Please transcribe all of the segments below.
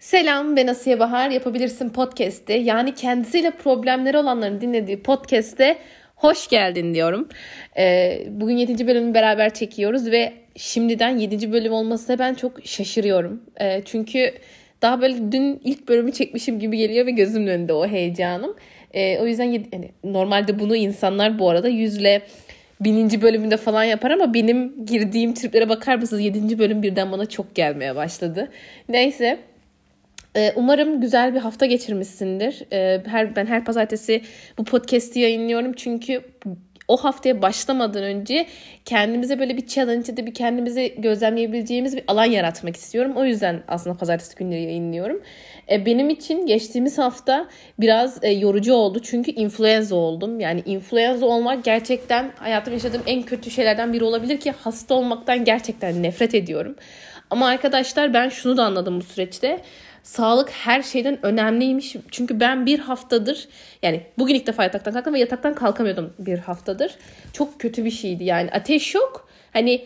Selam, ben Asiye Bahar. Yapabilirsin podcast'te, yani kendisiyle problemleri olanların dinlediği podcast'te hoş geldin diyorum. Bugün 7. bölümü beraber çekiyoruz ve şimdiden 7. bölüm olmasına ben çok şaşırıyorum. Çünkü daha böyle dün ilk bölümü çekmişim gibi geliyor ve gözümün önünde o heyecanım. O yüzden yani normalde bunu insanlar bu arada 100'le 1000. bölümünde falan yapar ama benim girdiğim triplere bakar mısınız? 7. bölüm birden bana çok gelmeye başladı. Neyse. Umarım güzel bir hafta geçirmişsindir. Ben her pazartesi bu podcast'i yayınlıyorum. Çünkü o haftaya başlamadan önce kendimize böyle bir challenge, bir kendimize gözlemleyebileceğimiz bir alan yaratmak istiyorum. O yüzden aslında pazartesi günleri yayınlıyorum. Benim için geçtiğimiz hafta biraz yorucu oldu. Çünkü influenza oldum. Yani influenza olmak gerçekten hayatımda yaşadığım en kötü şeylerden biri olabilir ki hasta olmaktan gerçekten nefret ediyorum. Ama arkadaşlar ben şunu da anladım bu süreçte. Sağlık her şeyden önemliymiş. Çünkü ben bir haftadır, yani bugün ilk defa yataktan kalktım ve yataktan kalkamıyordum bir haftadır. Çok kötü bir şeydi yani. Ateş yok. Hani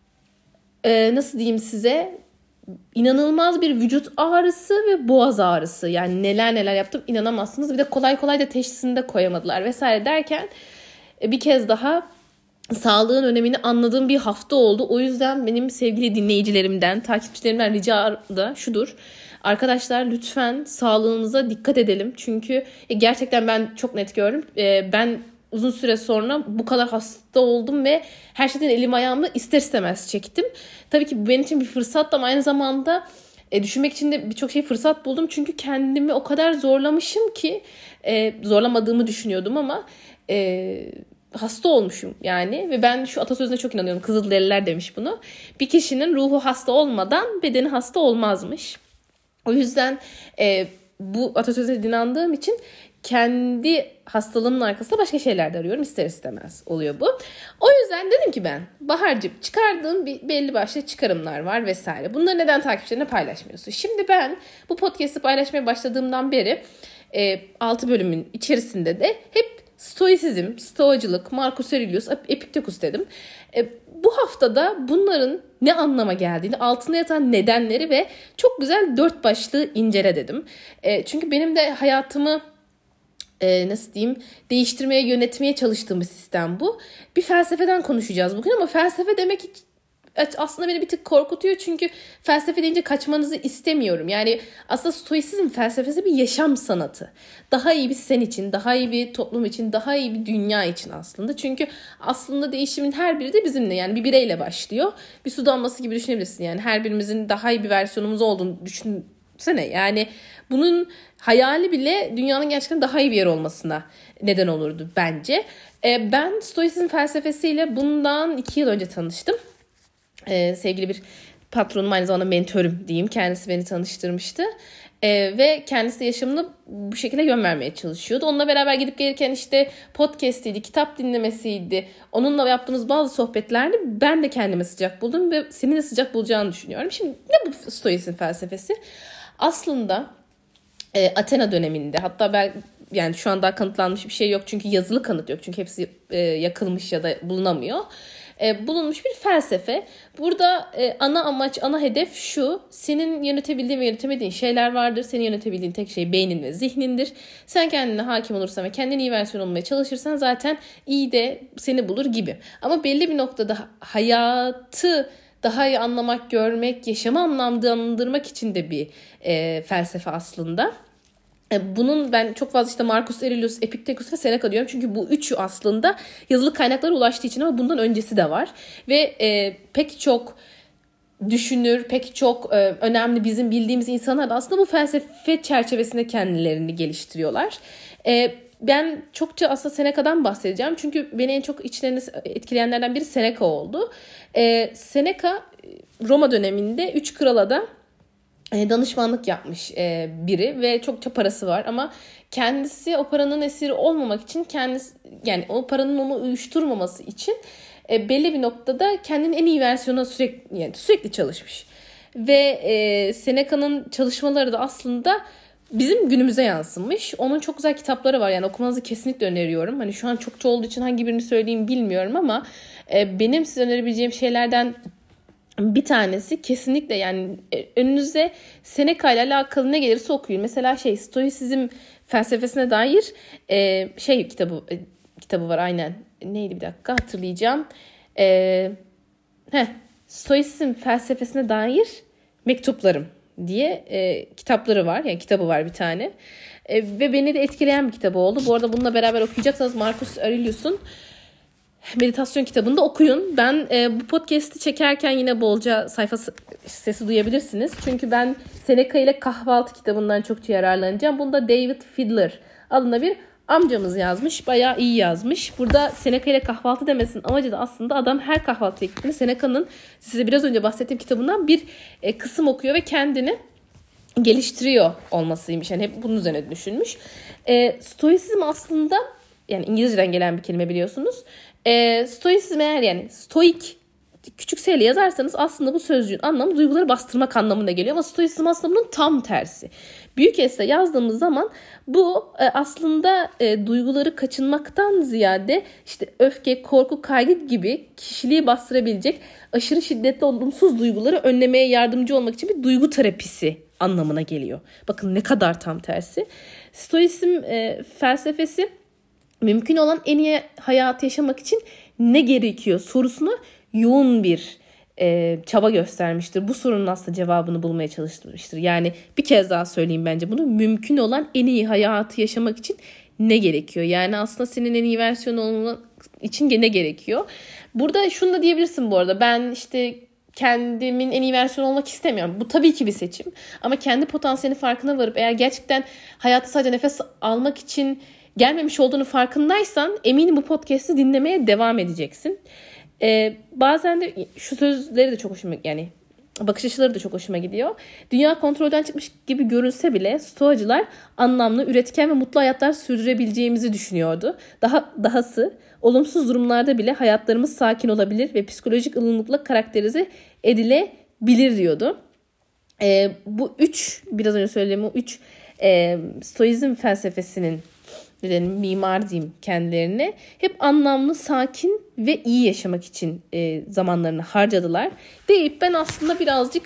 nasıl diyeyim size, inanılmaz bir vücut ağrısı ve boğaz ağrısı. Yani neler yaptım inanamazsınız. Bir de kolay kolay da teşhisini de koyamadılar vesaire derken bir kez daha sağlığın önemini anladığım bir hafta oldu. O yüzden benim sevgili dinleyicilerimden, takipçilerimden ricam da şudur. Arkadaşlar lütfen sağlığımıza dikkat edelim. Çünkü gerçekten ben çok net gördüm. Ben uzun süre sonra bu kadar hasta oldum ve her şeyden elim ayağımı ister istemez çektim. Tabii ki benim için bir fırsat ama aynı zamanda düşünmek için de birçok şey fırsat buldum. Çünkü kendimi o kadar zorlamışım ki zorlamadığımı düşünüyordum ama hasta olmuşum yani. Ve ben şu atasözüne çok inanıyorum. Kızılderililer demiş bunu. Bir kişinin ruhu hasta olmadan bedeni hasta olmazmış. O yüzden bu atasözüne inandığım için kendi hastalığımın arkasında başka şeyler de arıyorum. İster istemez oluyor bu. O yüzden dedim ki ben, Bahar'cığım çıkardığım belli başlı çıkarımlar var vesaire. Bunları neden takipçilerine paylaşmıyorsun? Şimdi ben bu podcast'ı paylaşmaya başladığımdan beri 6 bölümün içerisinde de hep stoisizm, stoacılık, Marcus Aurelius, Epiktetus dedim. Bu haftada bunların ne anlama geldiğini, altında yatan nedenleri ve çok güzel 4 başlığı incele dedim. Çünkü benim de hayatımı nasıl diyeyim, değiştirmeye, yönetmeye çalıştığım bir sistem bu. Bir felsefeden konuşacağız bugün ama felsefe demek hiç aslında beni bir tık korkutuyor çünkü felsefe deyince kaçmanızı istemiyorum. Yani aslında stoisizm felsefesi bir yaşam sanatı. Daha iyi bir sen için, daha iyi bir toplum için, daha iyi bir dünya için aslında. Çünkü aslında değişimin her biri de bizimle, yani bir bireyle başlıyor. Bir su damlası gibi düşünebilirsin, yani her birimizin daha iyi bir versiyonumuz olduğunu düşünsene. Yani bunun hayali bile dünyanın gerçekten daha iyi bir yer olmasına neden olurdu bence. Ben stoisizm felsefesiyle bundan 2 yıl önce tanıştım. Sevgili bir patronum, aynı zamanda mentörüm diyeyim. Kendisi beni tanıştırmıştı. Ve kendisi de yaşamını bu şekilde yön vermeye çalışıyordu. Onunla beraber gidip gelirken işte podcast'iydi, kitap dinlemesiydi. Onunla yaptığımız bazı sohbetlerde ben de kendime sıcak buldum ve senin de sıcak bulacağını düşünüyorum. Şimdi ne bu stoisizm felsefesi? Aslında Athena döneminde, hatta ben yani şu an daha kanıtlanmış bir şey yok çünkü yazılı kanıt yok. Çünkü hepsi yakılmış ya da bulunamıyor. Bulunmuş bir felsefe. Burada ana amaç, ana hedef şu: senin yönetebildiğin ve yönetemediğin şeyler vardır. Senin yönetebildiğin tek şey beynin ve zihnindir. Sen kendine hakim olursan ve kendine iyi versiyon olmaya çalışırsan zaten iyi de seni bulur gibi. Ama belli bir noktada hayatı daha iyi anlamak, görmek, yaşamı anlamlandırmak için de bir felsefe aslında. Bunun ben çok fazla işte Marcus Aurelius, Epiktetus ve Seneca diyorum. Çünkü bu üçü aslında yazılı kaynaklara ulaştığı için, ama bundan öncesi de var. Ve pek çok düşünür, pek çok önemli bizim bildiğimiz insanlar da aslında bu felsefe çerçevesinde kendilerini geliştiriyorlar. Ben çokça aslında Seneca'dan bahsedeceğim. Çünkü beni en çok içlerini etkileyenlerden biri Seneca oldu. Seneca Roma döneminde 3 krala da danışmanlık yapmış biri ve çokça parası var ama kendisi o paranın esiri olmamak için, kendisi yani o paranın onu uyuşturmaması için belli bir noktada kendinin en iyi versiyonuna sürekli çalışmış. Ve Seneca'nın çalışmaları da aslında bizim günümüze yansımış. Onun çok güzel kitapları var, yani okumanızı kesinlikle öneriyorum. Hani şu an çokça olduğu için hangi birini söyleyeyim bilmiyorum ama benim size önerebileceğim şeylerden Bir tanesi kesinlikle, yani önünüze Seneca ile alakalı ne gelirse okuyun. Mesela Stoisizm felsefesine dair kitabı var aynen. Neydi, bir dakika hatırlayacağım. Stoisizm felsefesine dair mektuplarım diye kitapları var. Yani kitabı var bir tane. Ve beni de etkileyen bir kitabı oldu. Bu arada bununla beraber okuyacaksanız Marcus Aurelius'un meditasyon kitabını da okuyun. Ben bu podcast'i çekerken yine bolca sayfa sesi duyabilirsiniz. Çünkü ben Seneca ile Kahvaltı kitabından çokça yararlanacağım. Bunda David Fiedler adında bir amcamız yazmış. Bayağı iyi yazmış. Burada Seneca ile Kahvaltı demesinin amacı da aslında adam her kahvaltıya gittiğinde Seneca'nın size biraz önce bahsettiğim kitabından bir kısım okuyor ve kendini geliştiriyor olmasıymış. Yani hep bunun üzerine düşünmüş. Stoisizm aslında, yani İngilizceden gelen bir kelime biliyorsunuz. Stoisizm, eğer yani stoik küçük s ile yazarsanız aslında bu sözcüğün anlamı duyguları bastırmak anlamına geliyor. Ama stoisizm aslında bunun tam tersi. Büyük S'le yazdığımız zaman bu aslında duyguları kaçınmaktan ziyade işte öfke, korku, kaygı gibi kişiliği bastırabilecek aşırı şiddetli olumsuz duyguları önlemeye yardımcı olmak için bir duygu terapisi anlamına geliyor. Bakın ne kadar tam tersi. Stoisizm felsefesi mümkün olan en iyi hayatı yaşamak için ne gerekiyor sorusuna yoğun bir çaba göstermiştir. Bu sorunun aslında cevabını bulmaya çalışmıştır. Yani bir kez daha söyleyeyim bence bunu. Mümkün olan en iyi hayatı yaşamak için ne gerekiyor? Yani aslında senin en iyi versiyonu olmak için ne gerekiyor? Burada şunu da diyebilirsin bu arada. Ben işte kendimin en iyi versiyonu olmak istemiyorum. Bu tabii ki bir seçim. Ama kendi potansiyelinin farkına varıp eğer gerçekten hayatı sadece nefes almak için gelmemiş olduğunu farkındaysan eminim bu podcast'i dinlemeye devam edeceksin. Bazen de şu sözleri de çok hoşuma, yani bakış açıları da çok hoşuma gidiyor. Dünya kontrolden çıkmış gibi görünse bile Stoacılar anlamlı, üretken ve mutlu hayatlar sürdürebileceğimizi düşünüyordu. Dahası olumsuz durumlarda bile hayatlarımız sakin olabilir ve psikolojik ılımlılıkla karakterize edilebilir diyordu. Bu biraz önce söylediğim bu üç Stoizm felsefesinin mimar diyeyim kendilerine, hep anlamlı, sakin ve iyi yaşamak için zamanlarını harcadılar deyip ben aslında birazcık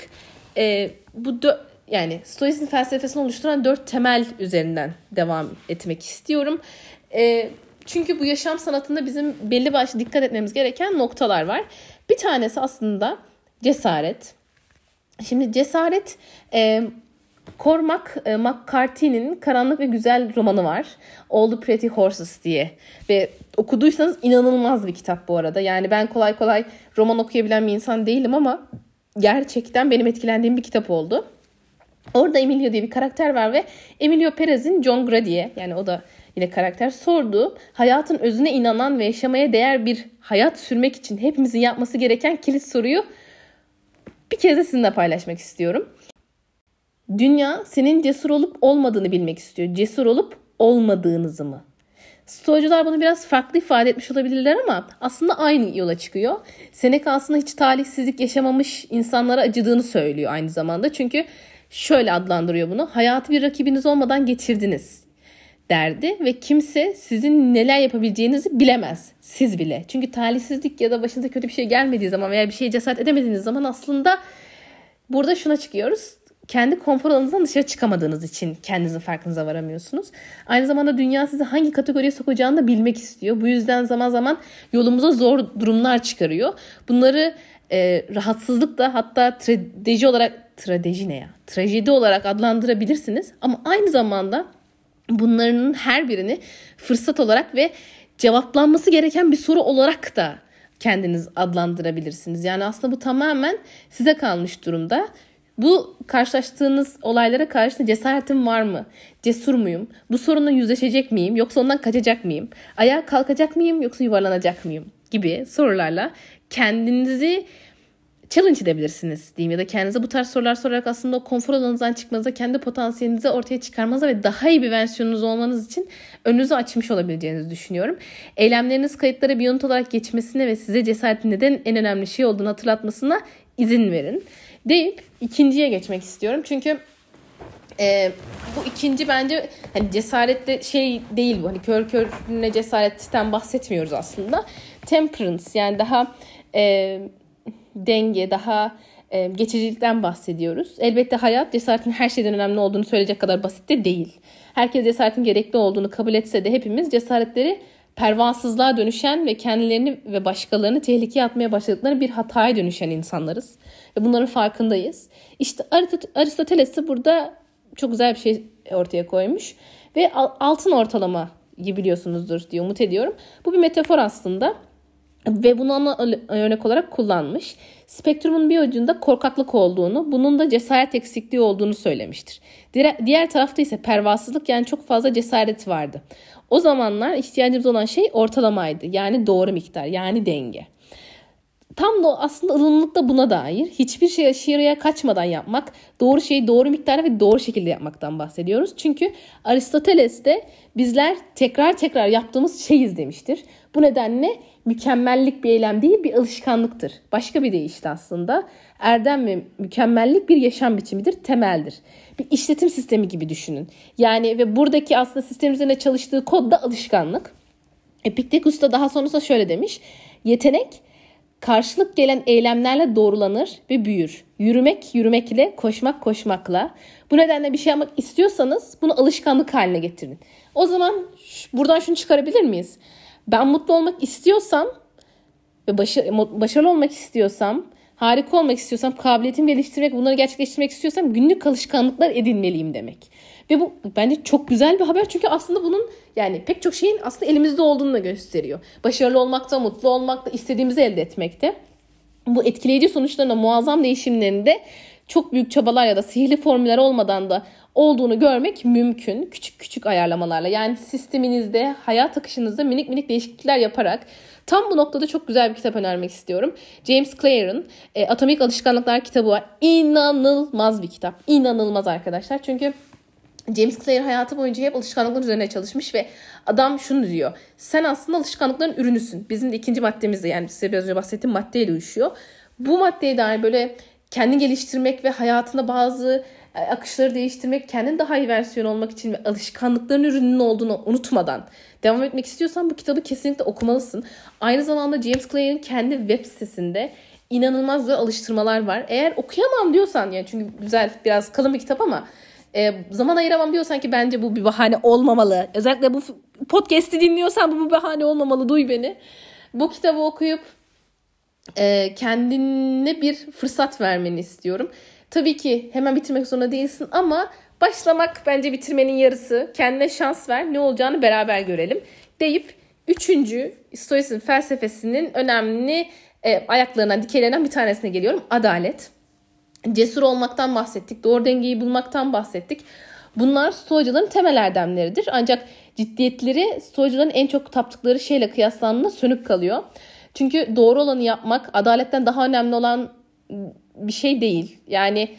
yani Stoizm felsefesini oluşturan 4 temel üzerinden devam etmek istiyorum. Çünkü bu yaşam sanatında bizim belli başlı dikkat etmemiz gereken noktalar var. Bir tanesi aslında cesaret. Şimdi cesaret, Cormac McCarthy'nin Karanlık ve Güzel romanı var. All the Pretty Horses diye. Ve okuduysanız inanılmaz bir kitap bu arada. Yani ben kolay kolay roman okuyabilen bir insan değilim ama gerçekten benim etkilendiğim bir kitap oldu. Orada Emilio diye bir karakter var ve Emilio Perez'in John Grady'ye, yani o da yine karakter, sorduğu hayatın özüne inanan ve yaşamaya değer bir hayat sürmek için hepimizin yapması gereken kilit soruyu bir kez de sizinle paylaşmak istiyorum. Dünya senin cesur olup olmadığını bilmek istiyor. Cesur olup olmadığınızı mı? Stoacılar bunu biraz farklı ifade etmiş olabilirler ama aslında aynı yola çıkıyor. Seneca aslında hiç talihsizlik yaşamamış insanlara acıdığını söylüyor aynı zamanda. Çünkü şöyle adlandırıyor bunu. Hayatı bir rakibiniz olmadan geçirdiniz derdi ve kimse sizin neler yapabileceğinizi bilemez. Siz bile. Çünkü talihsizlik ya da başınıza kötü bir şey gelmediği zaman veya bir şeye cesaret edemediğiniz zaman aslında burada şuna çıkıyoruz. Kendi konfor alanınızdan dışarı çıkamadığınız için kendinizin farkınıza varamıyorsunuz. Aynı zamanda dünya sizi hangi kategoriye sokacağını da bilmek istiyor. Bu yüzden zaman zaman yolumuza zor durumlar çıkarıyor. Bunları rahatsızlık da, hatta trajedi olarak adlandırabilirsiniz. Ama aynı zamanda bunların her birini fırsat olarak ve cevaplanması gereken bir soru olarak da kendiniz adlandırabilirsiniz. Yani aslında bu tamamen size kalmış durumda. Bu karşılaştığınız olaylara karşı cesaretim var mı? Cesur muyum? Bu sorunla yüzleşecek miyim? Yoksa ondan kaçacak mıyım? Ayağa kalkacak mıyım? Yoksa yuvarlanacak mıyım? Gibi sorularla kendinizi challenge edebilirsiniz diyeyim. Ya da kendinize bu tarz sorular sorarak aslında o konfor alanınızdan çıkmanıza, kendi potansiyelinizi ortaya çıkarmanıza ve daha iyi bir versiyonunuz olmanız için önünüzü açmış olabileceğinizi düşünüyorum. Eylemleriniz kayıtlara bir yanıt olarak geçmesine ve size cesaretin neden en önemli şey olduğunu hatırlatmasına izin verin deyip ikinciye geçmek istiyorum. Çünkü bu ikinci bence hani cesaretle değil bu. Hani kör körüne cesaretten bahsetmiyoruz aslında. Temperance, yani daha denge, daha geçicilikten bahsediyoruz. Elbette hayat cesaretin her şeyden önemli olduğunu söyleyecek kadar basit de değil. Herkes cesaretin gerekli olduğunu kabul etse de hepimiz cesaretleri pervasızlığa dönüşen ve kendilerini ve başkalarını tehlikeye atmaya başladıkları bir hataya dönüşen insanlarız. Ve bunların farkındayız. İşte Aristoteles de burada çok güzel bir şey ortaya koymuş. Ve altın ortalama gibi biliyorsunuzdur diye umut ediyorum. Bu bir metafor aslında. Ve bunu ana örnek olarak kullanmış. Spektrumun bir ucunda korkaklık olduğunu, bunun da cesaret eksikliği olduğunu söylemiştir. Diğer tarafta ise pervasızlık, yani çok fazla cesaret vardı. O zamanlar ihtiyacımız olan şey ortalamaydı. Yani doğru miktar, yani denge. Tam da aslında ılımlılık da buna dair. Hiçbir şey aşırıya kaçmadan yapmak, doğru şeyi doğru miktarda ve doğru şekilde yapmaktan bahsediyoruz. Çünkü Aristoteles de bizler tekrar tekrar yaptığımız şeyiz demiştir. Bu nedenle mükemmellik bir eylem değil, bir alışkanlıktır. Başka bir deyişle aslında erdem ve mükemmellik bir yaşam biçimidir, temeldir. Bir işletim sistemi gibi düşünün. Yani ve buradaki aslında sistem üzerine çalıştığı kod da alışkanlık. Epiktetus da daha sonrasında şöyle demiş: yetenek karşılık gelen eylemlerle doğrulanır ve büyür. Yürümek yürümekle, koşmak koşmakla. Bu nedenle bir şey yapmak istiyorsanız bunu alışkanlık haline getirin. O zaman buradan şunu çıkarabilir miyiz? Ben mutlu olmak istiyorsam ve başarılı olmak istiyorsam, harika olmak istiyorsam, kabiliyetimi geliştirmek, bunları gerçekleştirmek istiyorsam günlük alışkanlıklar edinmeliyim demek. Ve bu bence çok güzel bir haber, çünkü aslında bunun yani pek çok şeyin aslında elimizde olduğunu da gösteriyor. Başarılı olmakta, mutlu olmakta, istediğimizi elde etmekte. Bu etkileyici sonuçlarına, muazzam değişimlerinde çok büyük çabalar ya da sihirli formüller olmadan da olduğunu görmek mümkün. Küçük küçük ayarlamalarla, yani sisteminizde, hayat akışınızda minik minik değişiklikler yaparak. Tam bu noktada çok güzel bir kitap önermek istiyorum. James Clear'ın Atomik Alışkanlıklar kitabı var. İnanılmaz bir kitap. İnanılmaz arkadaşlar. Çünkü James Clear hayatı boyunca hep alışkanlıklar üzerine çalışmış ve adam şunu diyor: sen aslında alışkanlıkların ürünüsün. Bizim de ikinci maddemizde, yani size biraz önce bahsettiğim maddeyle uyuşuyor. Bu maddeye dair böyle kendini geliştirmek ve hayatında bazı akışları değiştirmek, kendin daha iyi versiyon olmak için ve alışkanlıkların ürününün olduğunu unutmadan devam etmek istiyorsan bu kitabı kesinlikle okumalısın. Aynı zamanda James Clear'ın kendi web sitesinde inanılmaz güzel alıştırmalar var. Eğer okuyamam diyorsan, yani çünkü güzel, biraz kalın bir kitap ama zaman ayıramam diyorsan, ki bence bu bir bahane olmamalı. Özellikle bu podcast'i dinliyorsan bu bir bahane olmamalı, duy beni. Bu kitabı okuyup kendine bir fırsat vermeni istiyorum. Tabii ki hemen bitirmek zorunda değilsin ama başlamak bence bitirmenin yarısı. Kendine şans ver, ne olacağını beraber görelim deyip 3. Stoisizm felsefesinin önemli ayaklarından, dikeylerinden bir tanesine geliyorum. Adalet. Cesur olmaktan bahsettik. Doğru dengeyi bulmaktan bahsettik. Bunlar Stoacıların temel erdemleridir. Ancak ciddiyetleri Stoacıların en çok taptıkları şeyle kıyaslandığında sönük kalıyor. Çünkü doğru olanı yapmak adaletten daha önemli olan bir şey değil. Yani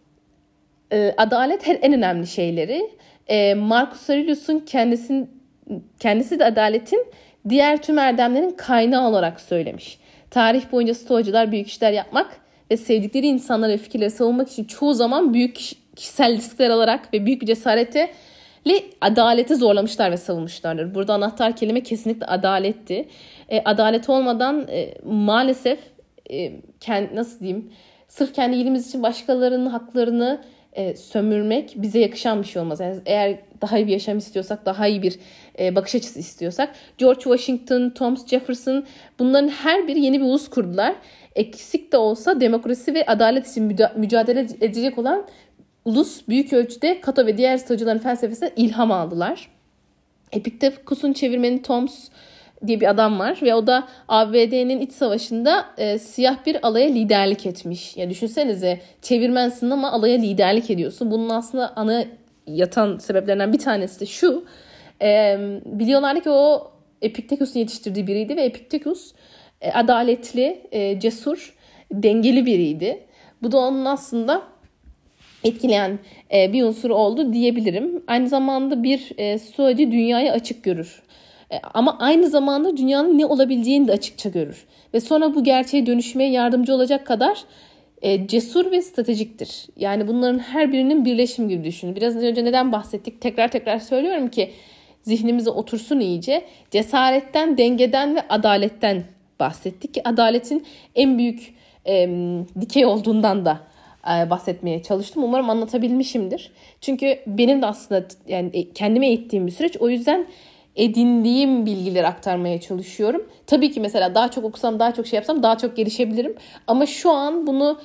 adalet en önemli şeyleri. Marcus Aurelius'un kendisi de adaletin diğer tüm erdemlerin kaynağı olarak söylemiş. Tarih boyunca Stoacılar büyük işler yapmak ve sevdikleri insanları ve fikirleri savunmak için çoğu zaman büyük kişisel riskler alarak ve büyük bir cesaretle adaleti zorlamışlar ve savunmuşlardır. Burada anahtar kelime kesinlikle adaletti. Adalet olmadan maalesef nasıl diyeyim, sırf kendi iyiliğimiz için başkalarının haklarını sömürmek bize yakışan bir şey olmaz. Yani eğer daha iyi bir yaşam istiyorsak, daha iyi bir bakış açısı istiyorsak, George Washington, Thomas Jefferson, bunların her biri yeni bir ulus kurdular. Eksik de olsa demokrasi ve adalet için mücadele edecek olan ulus büyük ölçüde Cato ve diğer Stoacıların felsefesine ilham aldılar. Epiktetus'un çevirmeni Thomas diye bir adam var ve o da ABD'nin iç savaşında siyah bir alaya liderlik etmiş. Ya düşünsenize, çevirmensin ama alaya liderlik ediyorsun. Bunun aslında ana yatan sebeplerinden bir tanesi de şu. Biliyorlardı ki o Epiktetus'un yetiştirdiği biriydi ve Epiktetus adaletli, cesur, dengeli biriydi. Bu da onun aslında etkileyen bir unsur oldu diyebilirim. Aynı zamanda bir Stoacı dünyayı açık görür. Ama aynı zamanda dünyanın ne olabileceğini de açıkça görür. Ve sonra bu gerçeğe dönüşmeye yardımcı olacak kadar cesur ve stratejiktir. Yani bunların her birinin birleşimi gibi düşünün. Biraz önce neden bahsettik? Tekrar söylüyorum ki zihnimize otursun iyice. Cesaretten, dengeden ve adaletten bahsettik ki adaletin en büyük dikey olduğundan da bahsetmeye çalıştım. Umarım anlatabilmişimdir. Çünkü benim de aslında yani kendime eğittiğim bir süreç. O yüzden edindiğim bilgileri aktarmaya çalışıyorum. Tabii ki mesela daha çok okusam, daha çok şey yapsam daha çok gelişebilirim. Ama şu an bunu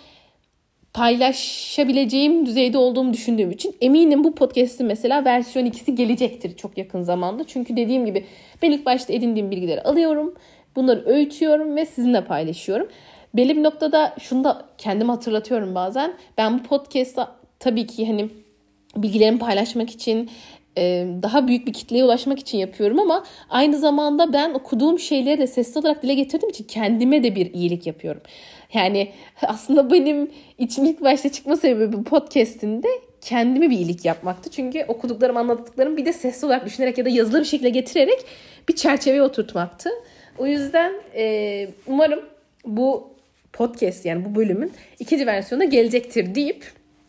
paylaşabileceğim düzeyde olduğumu düşündüğüm için eminim bu podcast'in mesela versiyon 2'si gelecektir çok yakın zamanda. Çünkü dediğim gibi ben ilk başta edindiğim bilgileri alıyorum. Bunları öğütüyorum ve sizinle paylaşıyorum. Belli bir noktada şunu da kendime hatırlatıyorum bazen. Ben bu podcast'ta tabii ki hani bilgilerimi paylaşmak için, daha büyük bir kitleye ulaşmak için yapıyorum ama aynı zamanda ben okuduğum şeyleri de sesli olarak dile getirdiğim için kendime de bir iyilik yapıyorum. Yani aslında benim için ilk başta çıkma sebebi bu podcast'inde kendime bir iyilik yapmaktı. Çünkü okuduklarım, anlattıklarım bir de sesli olarak düşünerek ya da yazılı bir şekilde getirerek bir çerçeveye oturtmaktı. O yüzden umarım bu podcast yani bu bölümün ikinci versiyonu gelecektir deyip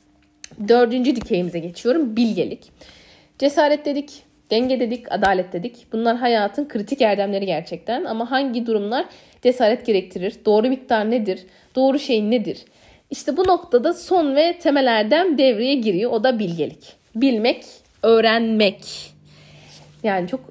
4. dikeyimize geçiyorum. Bilgelik. Cesaret dedik, denge dedik, adalet dedik. Bunlar hayatın kritik erdemleri gerçekten. Ama hangi durumlar cesaret gerektirir? Doğru miktar nedir? Doğru şey nedir? İşte bu noktada son ve temel erdem devreye giriyor. O da bilgelik. Bilmek, öğrenmek. Yani çok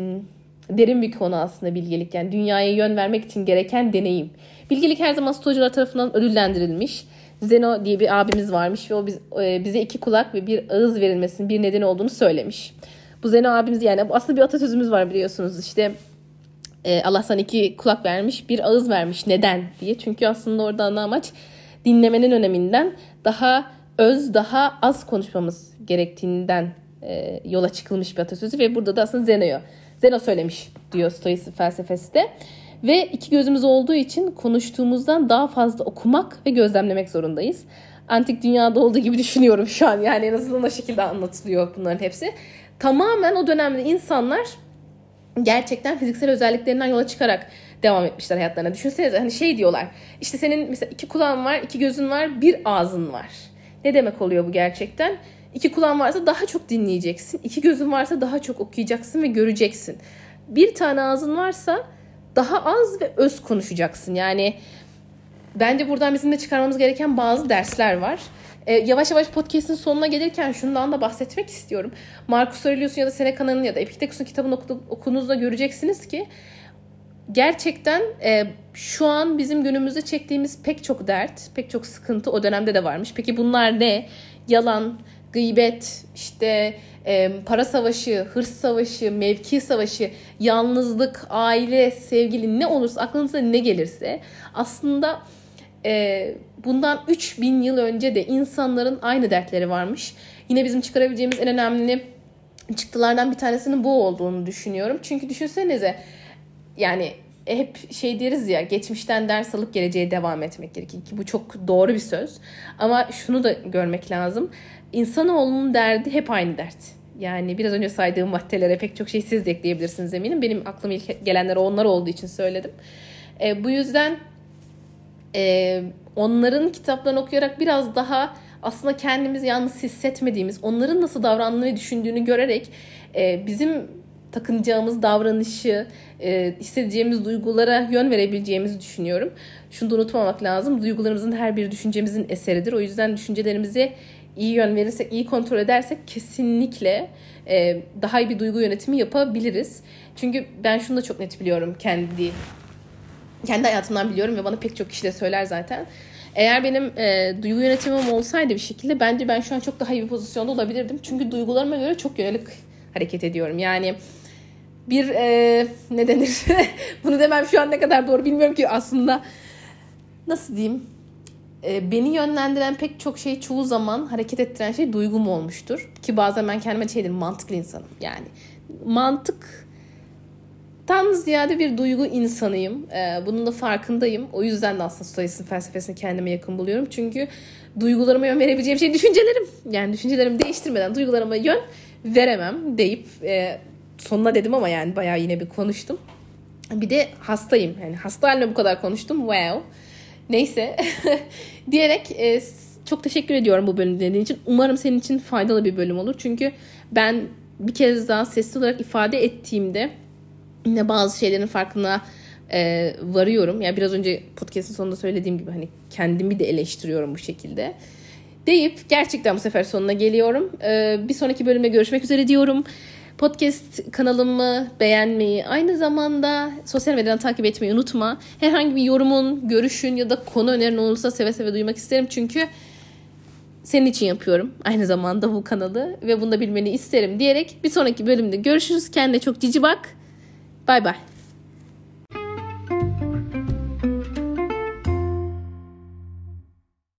derin bir konu aslında bilgelik. Yani dünyaya yön vermek için gereken deneyim. Bilgelik her zaman stoacılar tarafından ödüllendirilmiş. Zeno diye bir abimiz varmış ve o bize 2 kulak ve 1 ağız verilmesinin bir nedeni olduğunu söylemiş. Bu Zeno abimiz yani aslında bir atasözümüz var biliyorsunuz işte Allah sana 2 kulak vermiş 1 ağız vermiş neden diye. Çünkü aslında orada ana amaç dinlemenin öneminden daha öz daha az konuşmamız gerektiğinden yola çıkılmış bir atasözü ve burada da aslında Zeno söylemiş diyor Stoic felsefesi de. Ve 2 gözümüz olduğu için konuştuğumuzdan daha fazla okumak ve gözlemlemek zorundayız. Antik dünyada olduğu gibi düşünüyorum şu an. Yani en azından o şekilde anlatılıyor bunların hepsi. Tamamen o dönemde insanlar gerçekten fiziksel özelliklerinden yola çıkarak devam etmişler hayatlarına. Düşünsenize hani şey diyorlar. İşte senin mesela 2 kulağın var, 2 gözün var, 1 ağzın var. Ne demek oluyor bu gerçekten? 2 kulağın varsa daha çok dinleyeceksin. 2 gözün varsa daha çok okuyacaksın ve göreceksin. 1 tane ağzın varsa daha az ve öz konuşacaksın. Yani bence buradan bizim de çıkarmamız gereken bazı dersler var. Yavaş yavaş podcast'in sonuna gelirken şundan da bahsetmek istiyorum. Marcus Aurelius'un ya da Seneca'nın ya da Epiktetus'un kitabını okunduğunuzda göreceksiniz ki gerçekten şu an bizim günümüzde çektiğimiz pek çok dert, pek çok sıkıntı o dönemde de varmış. Peki bunlar ne? Yalan, gıybet, işte para savaşı, hırs savaşı, mevki savaşı, yalnızlık, aile, sevgili ne olursa aklınıza ne gelirse aslında bundan 3000 yıl önce de insanların aynı dertleri varmış. Yine bizim çıkarabileceğimiz en önemli çıktılardan bir tanesinin bu olduğunu düşünüyorum. Çünkü düşünsenize yani hep şey deriz ya geçmişten ders alıp geleceğe devam etmek gerekir ki bu çok doğru bir söz. Ama şunu da görmek lazım. İnsanoğlunun derdi hep aynı dert. Yani biraz önce saydığım maddelere pek çok şey siz de ekleyebilirsiniz eminim. Benim aklıma ilk gelenler onlar olduğu için söyledim. Bu yüzden onların kitaplarını okuyarak biraz daha aslında kendimizi yalnız hissetmediğimiz, onların nasıl davrandığını ve düşündüğünü görerek bizim takınacağımız davranışı, hissedeceğimiz duygulara yön verebileceğimizi düşünüyorum. Şunu da unutmamak lazım. Duygularımızın her biri düşüncemizin eseridir. O yüzden düşüncelerimize iyi yön verirsek, iyi kontrol edersek kesinlikle daha iyi bir duygu yönetimi yapabiliriz. Çünkü ben şunu da çok net biliyorum kendi hayatımdan biliyorum ve bana pek çok kişi de söyler zaten. Eğer benim duygu yönetimim olsaydı bir şekilde bence ben şu an çok daha iyi bir pozisyonda olabilirdim. Çünkü duygularıma göre çok yönelik hareket ediyorum. Yani bir ne denir? Bunu demem şu an ne kadar doğru bilmiyorum ki aslında. Nasıl diyeyim? Beni yönlendiren pek çok şey çoğu zaman hareket ettiren şey duygum olmuştur. Ki bazen ben kendime şey derim mantıklı insanım. Yani mantıktan ziyade bir duygu insanıyım. Bunun da farkındayım. O yüzden de aslında Stoic'in felsefesini kendime yakın buluyorum. Çünkü duygularıma yön verebileceğim şey düşüncelerim. Yani düşüncelerimi değiştirmeden duygularıma yön veremem deyip sonuna dedim ama yani bayağı yine bir konuştum. Bir de hastayım. Yani hasta haline bu kadar konuştum. Wow. Neyse. Diyerek çok teşekkür ediyorum bu bölüm dinlediğin için. Umarım senin için faydalı bir bölüm olur. Çünkü ben bir kez daha sesli olarak ifade ettiğimde yine bazı şeylerin farkına varıyorum. Yani biraz önce podcast'ın sonunda söylediğim gibi hani kendimi de eleştiriyorum bu şekilde. Deyip gerçekten bu sefer sonuna geliyorum. Bir sonraki bölümde görüşmek üzere diyorum. Podcast kanalımı beğenmeyi, aynı zamanda sosyal medyadan takip etmeyi unutma. Herhangi bir yorumun, görüşün ya da konu önerin olursa seve seve duymak isterim. Çünkü senin için yapıyorum aynı zamanda bu kanalı ve bunu da bilmeni isterim diyerek bir sonraki bölümde görüşürüz. Kendine çok cici bak. Bay bay.